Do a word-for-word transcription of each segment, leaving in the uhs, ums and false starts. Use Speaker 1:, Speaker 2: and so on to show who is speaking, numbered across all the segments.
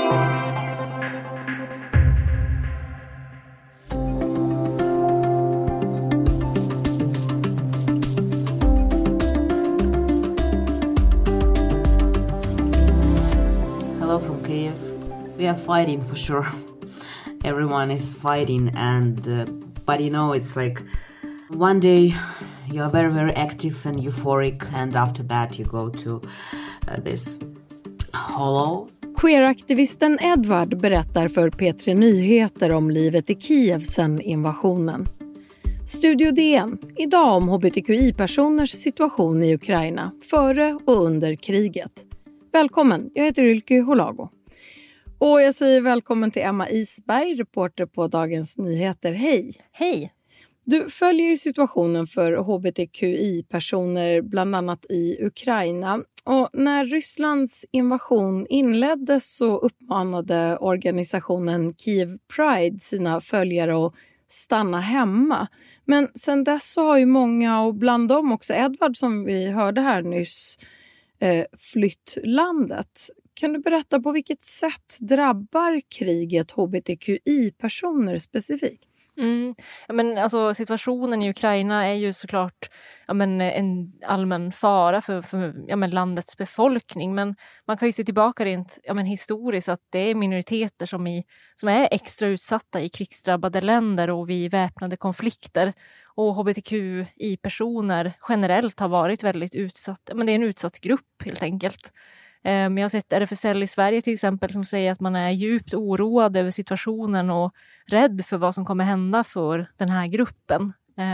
Speaker 1: Hello from Kiev. We are fighting for sure. Everyone is fighting, and uh, but you know, it's like one day you are very very active and euphoric, and after that you go to uh, this hollow.
Speaker 2: Queeraktivisten Edvard berättar för P tre Nyheter om livet i Kiev sedan invasionen. Studio D N, idag om hbtqi-personers situation i Ukraina före och under kriget. Välkommen, jag heter Ylke Holago. Och jag säger välkommen till Emma Isberg, reporter på Dagens Nyheter. Hej!
Speaker 3: Hej!
Speaker 2: Du följer ju situationen för hbtqi-personer bland annat i Ukraina. Och när Rysslands invasion inleddes så uppmanade organisationen Kiev Pride sina följare att stanna hemma. Men sen dess så har ju många, och bland dem också Edvard som vi hörde här nyss, eh, flytt landet. Kan du berätta på vilket sätt drabbar kriget hbtqi-personer specifikt?
Speaker 3: Mm. Ja, men alltså, situationen i Ukraina är ju såklart ja, men, en allmän fara för, för ja, men, landets befolkning. Men man kan ju se tillbaka rent ja, men, historiskt att det är minoriteter som, i, som är extra utsatta i krigsdrabbade länder och vid väpnade konflikter. Och hbtqi-personer generellt har varit väldigt utsatt. Men det är en utsatt grupp helt enkelt. Jag har sett R F S L i Sverige till exempel som säger att man är djupt oroad över situationen och rädd för vad som kommer hända för den här gruppen.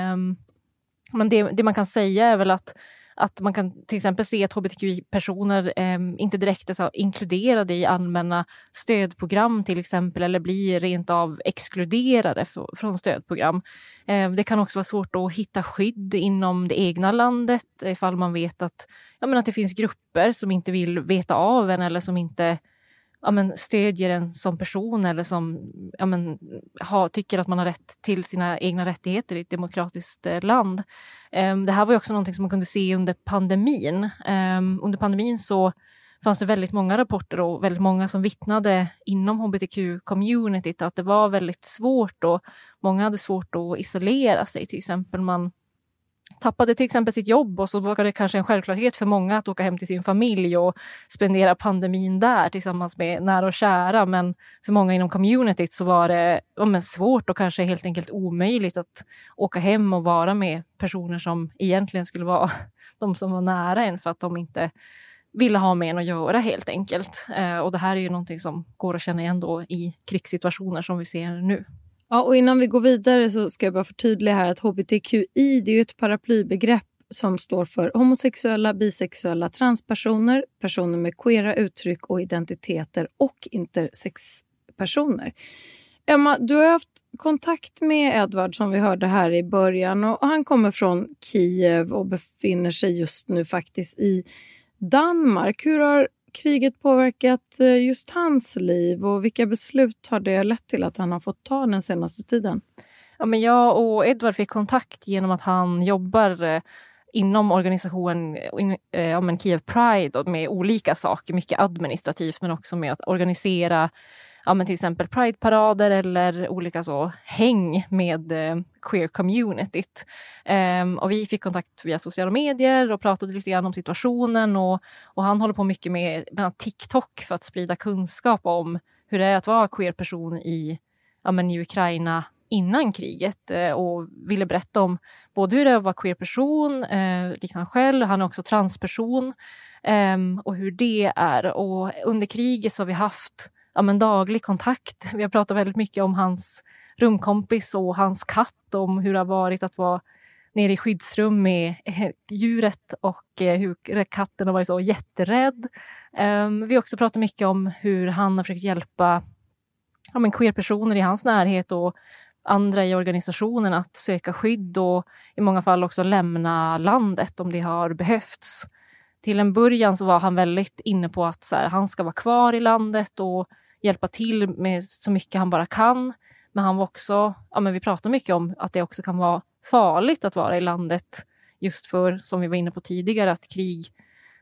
Speaker 3: Men det, det man kan säga är väl att, att man kan till exempel se att hbtqi-personer inte direkt är så inkluderade i allmänna stödprogram till exempel, eller blir rent av exkluderade från stödprogram. Det kan också vara svårt att hitta skydd inom det egna landet ifall man vet att, ja, men att det finns grupper som inte vill veta av en eller som inte ja, men stödjer en som person eller som ja, men, ha, tycker att man har rätt till sina egna rättigheter i ett demokratiskt eh, land. Um, det här var ju också någonting som man kunde se under pandemin. Um, under pandemin så fanns det väldigt många rapporter och väldigt många som vittnade inom hbtq-communityt att det var väldigt svårt och många hade svårt att isolera sig. Till exempel man tappade till exempel sitt jobb och så var det kanske en självklarhet för många att åka hem till sin familj och spendera pandemin där tillsammans med nära och kära. Men för många inom communityt så var det ja, men svårt och kanske helt enkelt omöjligt att åka hem och vara med personer som egentligen skulle vara de som var nära en för att de inte ville ha med en att göra helt enkelt. Eh, och det här är ju någonting som går att känna igen då i krigssituationer som vi ser nu.
Speaker 2: Ja, och innan vi går vidare så ska jag bara förtydliga här att hbtqi det är ju ett paraplybegrepp som står för homosexuella, bisexuella, transpersoner, personer med queera uttryck och identiteter och intersexpersoner. Emma, du har haft kontakt med Edvard som vi hörde här i början och han kommer från Kiev och befinner sig just nu faktiskt i Danmark. Hur har kriget påverkat just hans liv och vilka beslut har det lett till att han har fått ta den senaste tiden?
Speaker 3: Ja, men jag och Edvard fick kontakt genom att han jobbar inom organisationen ja, men Kiev Pride med olika saker, mycket administrativt men också med att organisera ja, men till exempel Pride-parader eller olika så häng med eh, queer-communityt. Um, och vi fick kontakt via sociala medier och pratade lite grann om situationen och, och han håller på mycket med bland annat TikTok för att sprida kunskap om hur det är att vara queer-person i, ja, men i Ukraina innan kriget eh, och ville berätta om både hur det är att vara queer-person, eh, liksom han själv, han är också transperson eh, och hur det är. Och under kriget så har vi haft ja, men daglig kontakt. Vi har pratat väldigt mycket om hans rumkompis och hans katt, om hur det har varit att vara nere i skyddsrum med djuret och hur katten har varit så jätterädd. Um, vi har också pratat mycket om hur han har försökt hjälpa ja, men queer-personer i hans närhet och andra i organisationen att söka skydd och i många fall också lämna landet om det har behövts. Till en början så var han väldigt inne på att så här, han ska vara kvar i landet och hjälpa till med så mycket han bara kan. Men han var också, ja men vi pratar mycket om att det också kan vara farligt att vara i landet just för, som vi var inne på tidigare, att krig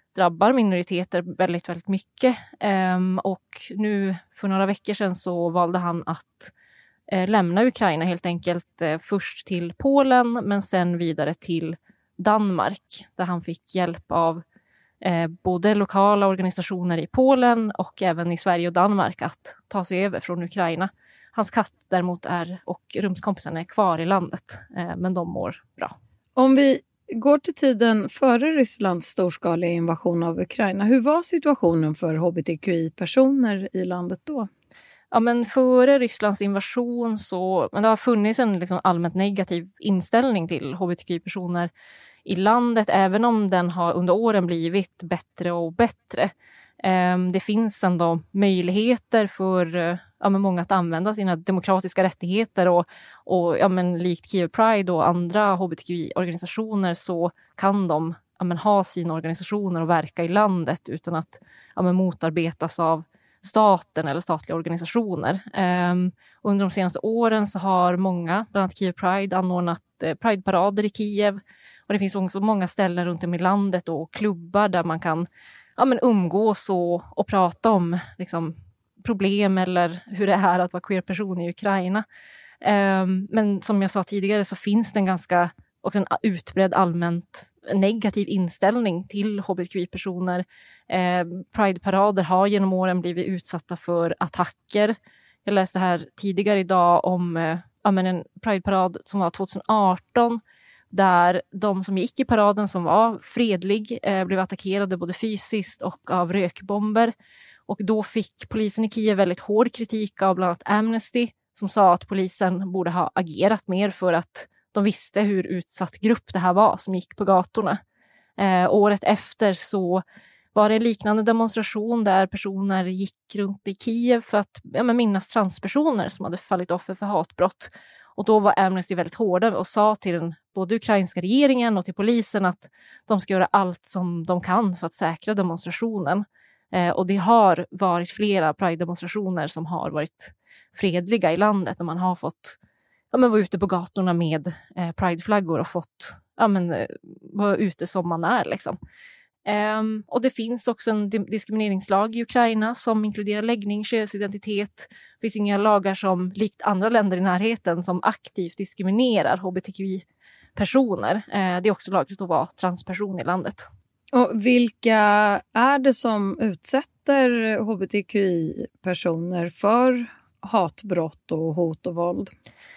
Speaker 3: drabbar minoriteter väldigt, väldigt mycket. Um, och nu för några veckor sedan så valde han att uh, lämna Ukraina helt enkelt, uh, först till Polen men sen vidare till Danmark, där han fick hjälp av uh, både lokala organisationer i Polen och även i Sverige och Danmark att ta sig över från Ukraina. Hans katt däremot är, och rumskompisarna är kvar i landet, uh, men de mår bra.
Speaker 2: Om vi går till tiden före Rysslands storskaliga invasion av Ukraina, hur var situationen för hbtqi-personer i landet då?
Speaker 3: Ja, men före Rysslands invasion så men det har funnits en liksom allmänt negativ inställning till hbtqi-personer i landet, även om den har under åren blivit bättre och bättre. Det finns ändå möjligheter för ja, men många att använda sina demokratiska rättigheter och, och ja, men likt Kiev Pride och andra hbtqi-organisationer så kan de ja, men ha sina organisationer och verka i landet utan att ja, men motarbetas av staten eller statliga organisationer. Um, under de senaste åren så har många, bland annat Kiev Pride, anordnat eh, Pride-parader i Kiev. Och det finns också många ställen runt om i landet och klubbar där man kan ja, men umgås och, och prata om liksom, problem eller hur det är att vara queer-person i Ukraina. Um, men som jag sa tidigare så finns det en ganska och en utbredd allmänt negativ inställning till hbtqi-personer. Eh, Pride-parader har genom åren blivit utsatta för attacker. Jag läste här tidigare idag om eh, ja, men en Pride-parad som var tjugo arton där de som gick i paraden som var fredlig eh, blev attackerade både fysiskt och av rökbomber. Och då fick polisen i Kiev väldigt hård kritik av bland annat Amnesty som sa att polisen borde ha agerat mer för att de visste hur utsatt grupp det här var som gick på gatorna. Eh, året efter så var det en liknande demonstration där personer gick runt i Kiev för att ja, men minnas transpersoner som hade fallit offer för hatbrott. Och då var Amnesty väldigt hårda och sa till den, både ukrainska regeringen och till polisen att de ska göra allt som de kan för att säkra demonstrationen. Eh, och det har varit flera Pride-demonstrationer som har varit fredliga i landet där man har fått ja, men vara ute på gatorna med eh, Pride-flaggor och fått ja, men, eh, vara ute som man är. Liksom. Um, och det finns också en diskrimineringslag i Ukraina som inkluderar läggning, könsidentitet. Det finns inga lagar som, likt andra länder i närheten, som aktivt diskriminerar hbtqi-personer. Uh, det är också lagligt att vara transperson i landet.
Speaker 2: Och vilka är det som utsätter hbtqi-personer för hatbrott och hot och våld?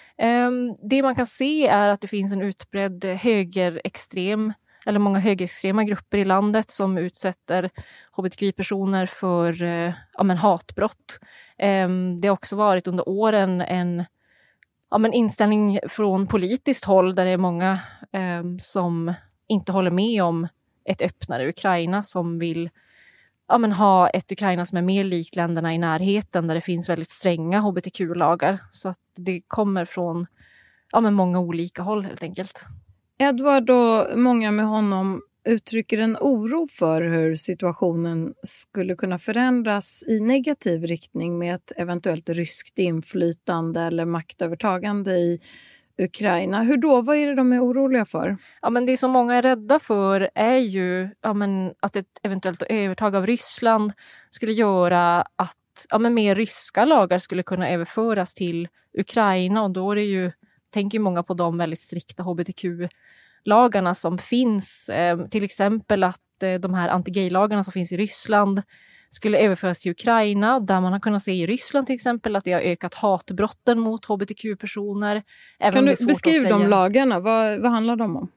Speaker 3: Um, det man kan se är att det finns en utbredd högerextrem eller många högerextrema grupper i landet som utsätter hbtqi-personer för eh, ja, men hatbrott. Eh, det har också varit under åren en ja, men inställning från politiskt håll där det är många eh, som inte håller med om ett öppnare Ukraina som vill ja, men ha ett Ukraina som är mer likt länderna i närheten där det finns väldigt stränga hbtq-lagar. Så att det kommer från ja, men många olika håll helt enkelt.
Speaker 2: Edward och många med honom uttrycker en oro för hur situationen skulle kunna förändras i negativ riktning med ett eventuellt ryskt inflytande eller maktövertagande i Ukraina. Hur då? Vad är det de är oroliga för?
Speaker 3: Ja, men det som många är rädda för är ju ja, men att ett eventuellt övertag av Ryssland skulle göra att ja, men mer ryska lagar skulle kunna överföras till Ukraina och då är det ju tänker många på de väldigt strikta hbtq-lagarna som finns. Eh, till exempel att eh, de här anti-gay-lagarna som finns i Ryssland skulle överföras till Ukraina. Där man har kunnat se i Ryssland till exempel att det har ökat hatbrotten mot hbtq-personer. Även
Speaker 2: kan
Speaker 3: du
Speaker 2: beskriva de lagarna? Vad, vad handlar de om?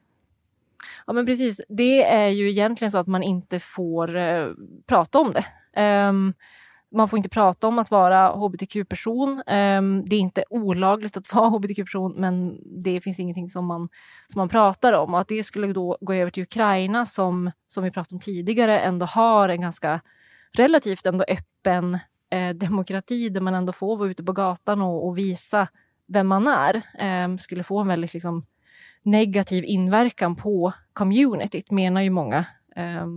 Speaker 3: Ja men precis, det är ju egentligen så att man inte får eh, prata om det. Um, Man får inte prata om att vara hbtq-person. Det är inte olagligt att vara hbtq-person men det finns ingenting som man, som man pratar om. Och att det skulle då gå över till Ukraina som, som vi pratade om tidigare ändå har en ganska relativt ändå öppen eh, demokrati där man ändå får vara ute på gatan och, och visa vem man är. Eh, skulle få en väldigt liksom, negativ inverkan på communityt menar ju många eh,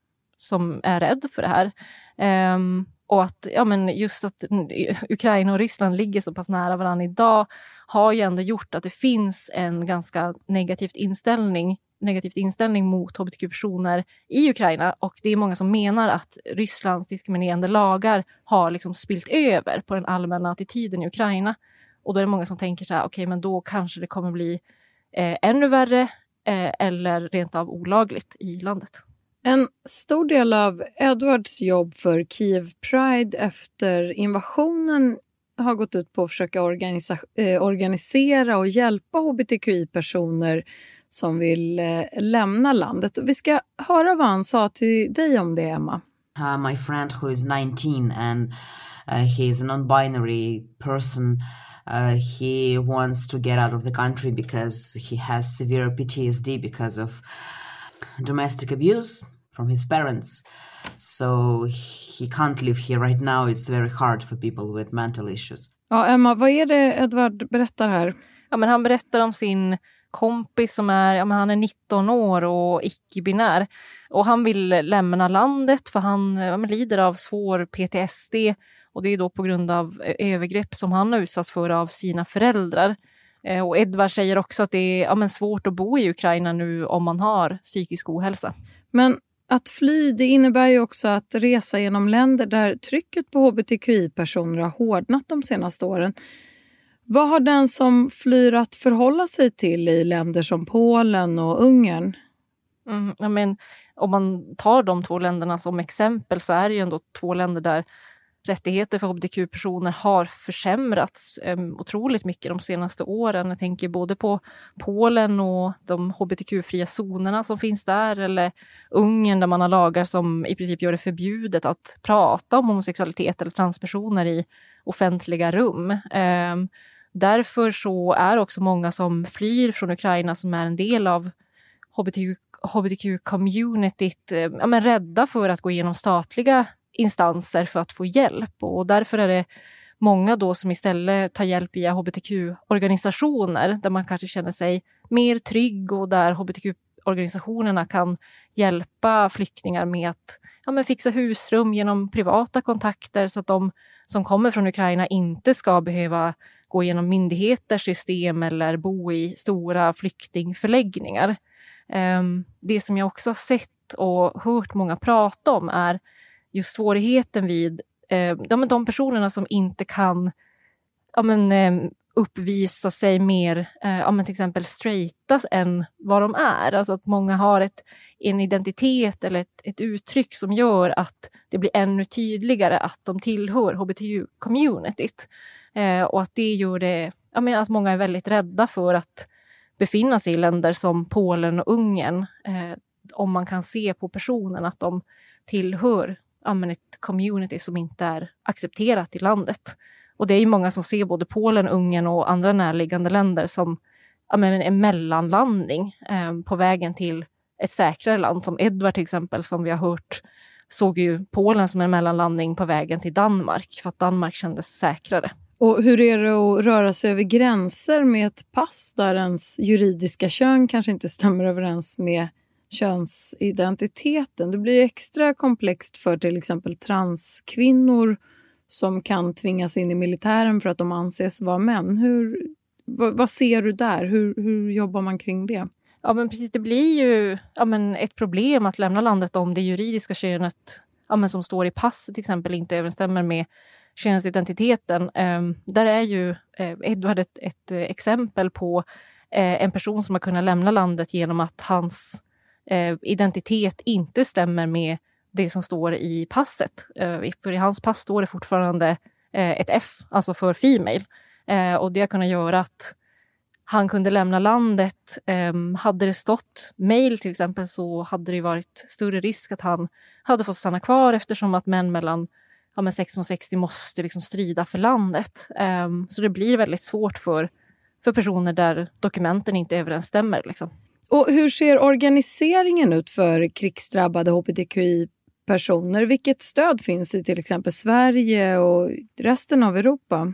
Speaker 3: som är rädd för det här. Eh, Och att ja, men just att Ukraina och Ryssland ligger så pass nära varandra idag har ju ändå gjort att det finns en ganska negativ inställning negativ inställning mot hbtq-personer i Ukraina, och det är många som menar att Rysslands diskriminerande lagar har liksom spilt över på den allmänna attityden i Ukraina. Och då är det många som tänker så här, okej, okay, men då kanske det kommer bli eh, ännu värre eh, eller rent av olagligt i landet.
Speaker 2: En stor del av Edwards jobb för Kiev Pride efter invasionen har gått ut på att försöka organisa- eh, organisera och hjälpa hbtqi-personer som vill eh, lämna landet. Vi ska höra vad han sa till dig om det, Emma.
Speaker 1: Uh, my friend who is nineteen and uh, he is a non-binary person. Uh, he wants to get out of the country because he has severe P T S D because of domestic abuse from his parents. So he can't live here right now. It's very hard for people with mental issues.
Speaker 2: Ja, Emma, vad är det Edward berättar här?
Speaker 3: Ja, men han berättar om sin kompis som är, ja, men han är nitton år och icke-binär. Och han vill lämna landet för han ja, men lider av svår P T S D. Och det är då på grund av övergrepp som han har utsatts för av sina föräldrar. Eh, och Edward säger också att det är ja, men svårt att bo i Ukraina nu om man har psykisk ohälsa.
Speaker 2: Men att fly, det innebär ju också att resa genom länder där trycket på hbtqi-personer har hårdnat de senaste åren. Vad har den som flyr att förhålla sig till i länder som Polen och Ungern?
Speaker 3: Mm, ja, men, om man tar de två länderna som exempel så är det ju ändå två länder där rättigheter för hbtq-personer har försämrats eh, otroligt mycket de senaste åren. Jag tänker både på Polen och de hbtq-fria zonerna som finns där, eller Ungern där man har lagar som i princip gör det förbjudet att prata om homosexualitet eller transpersoner i offentliga rum. Eh, därför så är också många som flyr från Ukraina som är en del av hbtq, hbtq-communityt eh, ja, men rädda för att gå igenom statliga instanser för att få hjälp, och därför är det många då som istället tar hjälp via hbtq-organisationer där man kanske känner sig mer trygg och där hbtq-organisationerna kan hjälpa flyktingar med att ja, men fixa husrum genom privata kontakter så att de som kommer från Ukraina inte ska behöva gå igenom myndigheters system eller bo i stora flyktingförläggningar. Det som jag också har sett och hört många prata om är just svårigheten vid eh, de, de personerna som inte kan ja, men, eh, uppvisa sig mer eh, ja, men till exempel straightas än vad de är. Alltså att många har ett, en identitet eller ett, ett uttryck som gör att det blir ännu tydligare att de tillhör hbtq-communityt. Eh, och att det gör det, ja, men att många är väldigt rädda för att befinna sig i länder som Polen och Ungern. Eh, om man kan se på personen att de tillhör ja, men ett community som inte är accepterat i landet. Och det är ju många som ser både Polen, Ungern och andra närliggande länder som ja, men en mellanlandning eh, på vägen till ett säkrare land. Som Edward till exempel, som vi har hört, såg ju Polen som en mellanlandning på vägen till Danmark för att Danmark kändes säkrare.
Speaker 2: Och hur är det att röra sig över gränser med ett pass där ens juridiska kön kanske inte stämmer överens med könsidentiteten? Det blir extra komplext för till exempel transkvinnor som kan tvingas in i militären för att de anses vara män. Hur, vad, vad ser du där? Hur, hur jobbar man kring det?
Speaker 3: Ja, men precis, det blir ju ja, men ett problem att lämna landet om det juridiska könet ja, men som står i passet till exempel inte överensstämmer med könsidentiteten. Um, där är ju eh, Edward ett, ett exempel på eh, en person som har kunnat lämna landet genom att hans eh, identitet inte stämmer med det som står i passet. Eh, för i hans pass står det fortfarande eh, ett F, alltså för female. Eh, och det har kunnat göra att han kunde lämna landet. Eh, hade det stått male till exempel så hade det varit större risk att han hade fått stanna kvar eftersom att män mellan ja, men sexton och sextio måste liksom strida för landet. Um, så det blir väldigt svårt för, för personer där dokumenten inte överensstämmer. Liksom.
Speaker 2: Och hur ser organiseringen ut för krigsdrabbade hbtqi-personer? Vilket stöd finns i till exempel Sverige och resten av Europa?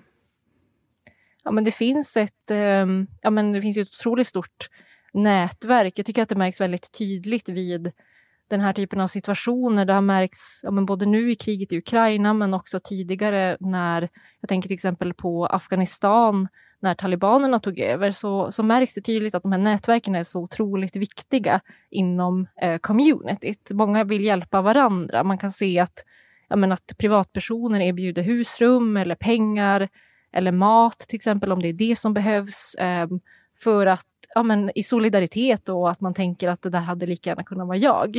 Speaker 3: Ja, men det finns ett um, ja, men det finns ju ett otroligt stort nätverk. Jag tycker att det märks väldigt tydligt vid den här typen av situationer, det har märkts ja, men både nu i kriget i Ukraina men också tidigare när, jag tänker till exempel på Afghanistan, när talibanerna tog över, så, så märks det tydligt att de här nätverken är så otroligt viktiga inom eh, communityt. Många vill hjälpa varandra. Man kan se att, ja, men att privatpersoner erbjuder husrum eller pengar eller mat till exempel, om det är det som behövs, eh, för att ja, men i solidaritet, och att man tänker att det där hade lika gärna kunnat vara jag.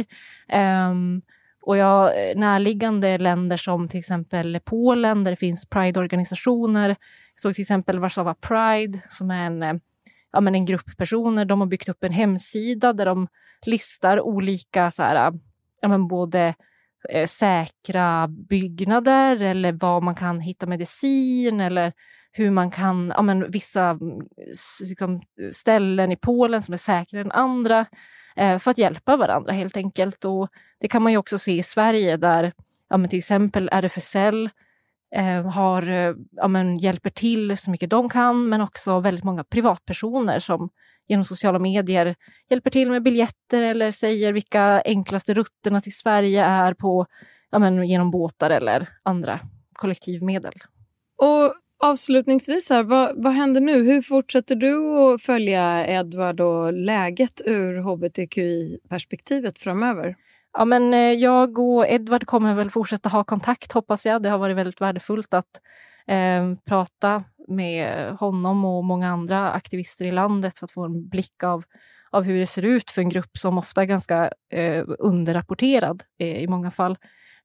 Speaker 3: Um, och ja, närliggande länder som till exempel Polen, där det finns Pride-organisationer. Jag såg till exempel Warszawa Pride, som är en, ja, men en grupp personer. De har byggt upp en hemsida där de listar olika så här, ja, men både eh, säkra byggnader eller var man kan hitta medicin, eller hur man kan, ja, men vissa liksom, ställen i Polen som är säkrare än andra, eh, för att hjälpa varandra helt enkelt. Och det kan man ju också se i Sverige, där ja, men till exempel R F S L eh, har, ja, men hjälper till så mycket de kan, men också väldigt många privatpersoner som genom sociala medier hjälper till med biljetter eller säger vilka enklaste rutterna till Sverige är på, ja, men genom båtar eller andra kollektivmedel.
Speaker 2: Och avslutningsvis här, vad, vad händer nu? Hur fortsätter du att följa Edvard och läget ur H B T Q I-perspektivet framöver?
Speaker 3: Ja, men jag och Edvard kommer väl fortsätta ha kontakt, hoppas jag. Det har varit väldigt värdefullt att eh, prata med honom och många andra aktivister i landet för att få en blick av, av hur det ser ut för en grupp som ofta är ganska eh, underrapporterad eh, i många fall.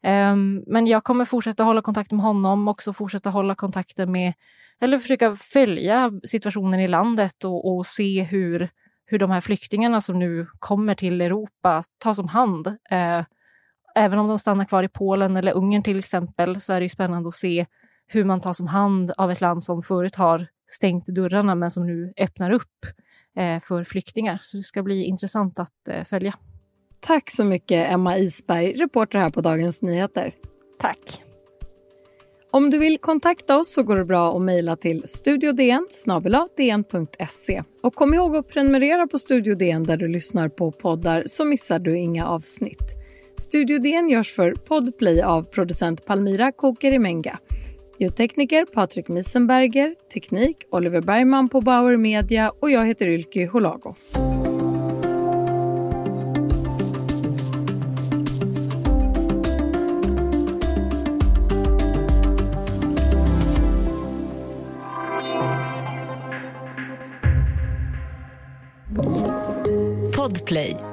Speaker 3: Um, men jag kommer fortsätta hålla kontakt med honom, också fortsätta hålla kontakten med, eller försöka följa situationen i landet och, och se hur, hur de här flyktingarna som nu kommer till Europa tas om hand. Uh, även om de stannar kvar i Polen eller Ungern till exempel, så är det ju spännande att se hur man tas om hand av ett land som förut har stängt dörrarna men som nu öppnar upp uh, för flyktingar. Så det ska bli intressant att uh, följa.
Speaker 2: Tack så mycket, Emma Isberg, reporter här på Dagens Nyheter.
Speaker 3: Tack.
Speaker 2: Om du vill kontakta oss så går det bra att mejla till studiodn snabel-a dn punkt se. Och kom ihåg att prenumerera på Studio D N där du lyssnar på poddar, så missar du inga avsnitt. Studio D N görs för Podplay av producent Palmira Kokerimenga. Ljudtekniker Patrik Miesenberger, teknik Oliver Bergman på Bauer Media, och jag heter Ylke Holago.
Speaker 4: Podplay.